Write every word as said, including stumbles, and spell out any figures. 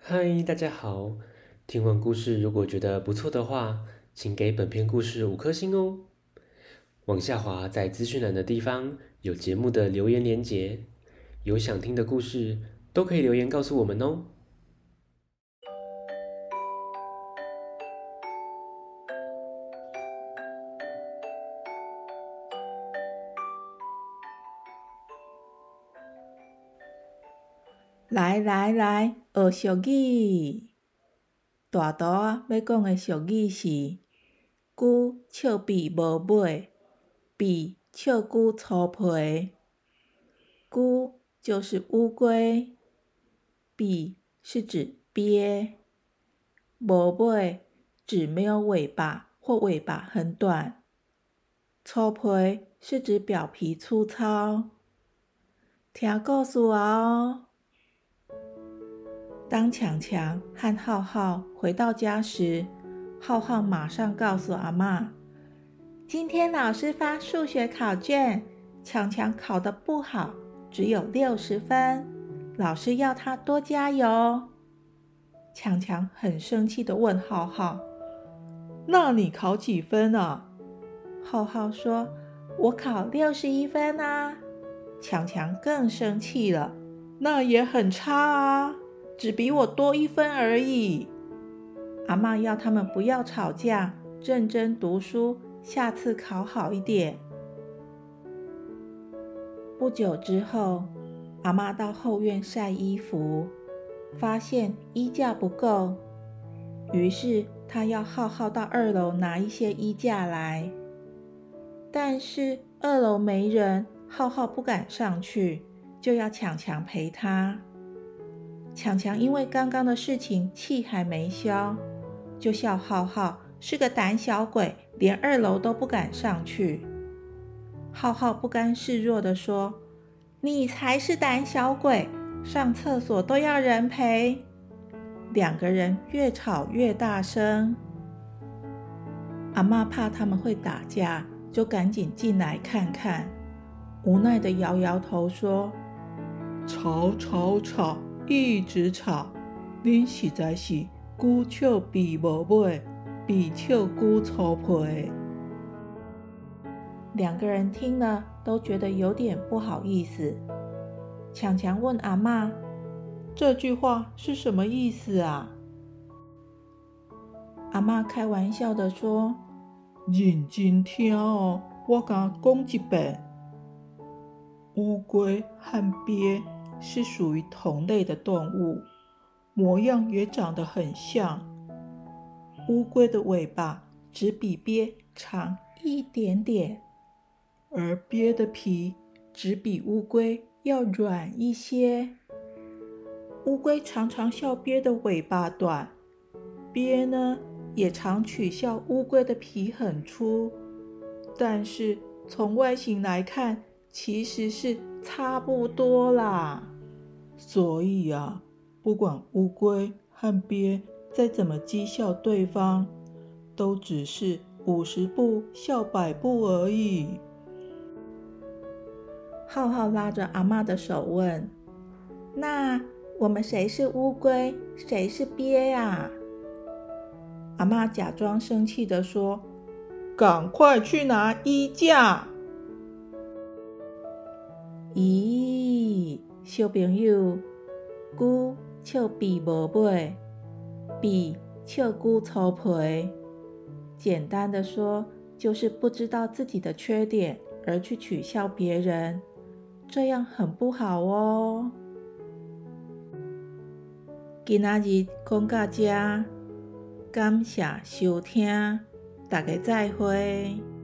嗨，大家好！听完故事，如果觉得不错的话，请给本篇故事五颗星哦。往下滑，在资讯栏的地方有节目的留言连结，有想听的故事都可以留言告诉我们哦。 来来来，学俗语。大图啊，要讲的俗语是：久笑比无尾，比笑久粗皮。久就是乌龟，比是指鳖，无尾指没有尾巴或尾巴很短。粗皮是指表皮粗糙。听故事啊哦。当强强和浩浩回到家时，浩浩马上告诉阿嬷，今天老师发数学考卷，强强考得不好，只有六十分，老师要他多加油。强强很生气地问浩浩，那你考几分啊？浩浩说，我考六十一分啊。强强更生气了，那也很差啊，只比我多一分而已。阿嬷要他们不要吵架，认真读书，下次考好一点。不久之后，阿嬷到后院晒衣服，发现衣架不够，于是她要浩浩到二楼拿一些衣架来。但是二楼没人，浩浩不敢上去，就要强强陪他。强强因为刚刚的事情气还没消，就笑浩浩是个胆小鬼，连二楼都不敢上去。浩浩不甘示弱地说，你才是胆小鬼，上厕所都要人陪。两个人越吵越大声。阿嬷怕他们会打架，就赶紧进来看看，无奈地摇摇头说，吵吵吵，一直吵，恁实在是久笑比无尾，比笑久粗皮。两个人听了都觉得有点不好意思。强强问阿嬷，这句话是什么意思啊？阿嬷开玩笑地说，认真听哦，我甲讲一遍。乌龟和鳖是属于同类的动物，模样也长得很像。乌龟的尾巴只比鳖长一点点，而鳖的皮只比乌龟要软一些。乌龟常常笑鳖的尾巴短，鳖呢也常取笑乌龟的皮很粗，但是从外形来看，其实是差不多啦。所以啊，不管乌龟和鳖再怎么讥笑对方，都只是五十步笑百步而已。浩浩拉着阿嬷的手问，那我们谁是乌龟，谁是鳖呀？阿嬷假装生气地说，赶快去拿衣架。咦，小朋友，久笑比无尾，比笑久粗皮。简单的说，就是不知道自己的缺点而去取笑别人，这样很不好哦。今仔日讲到这，感谢收听，大家再会。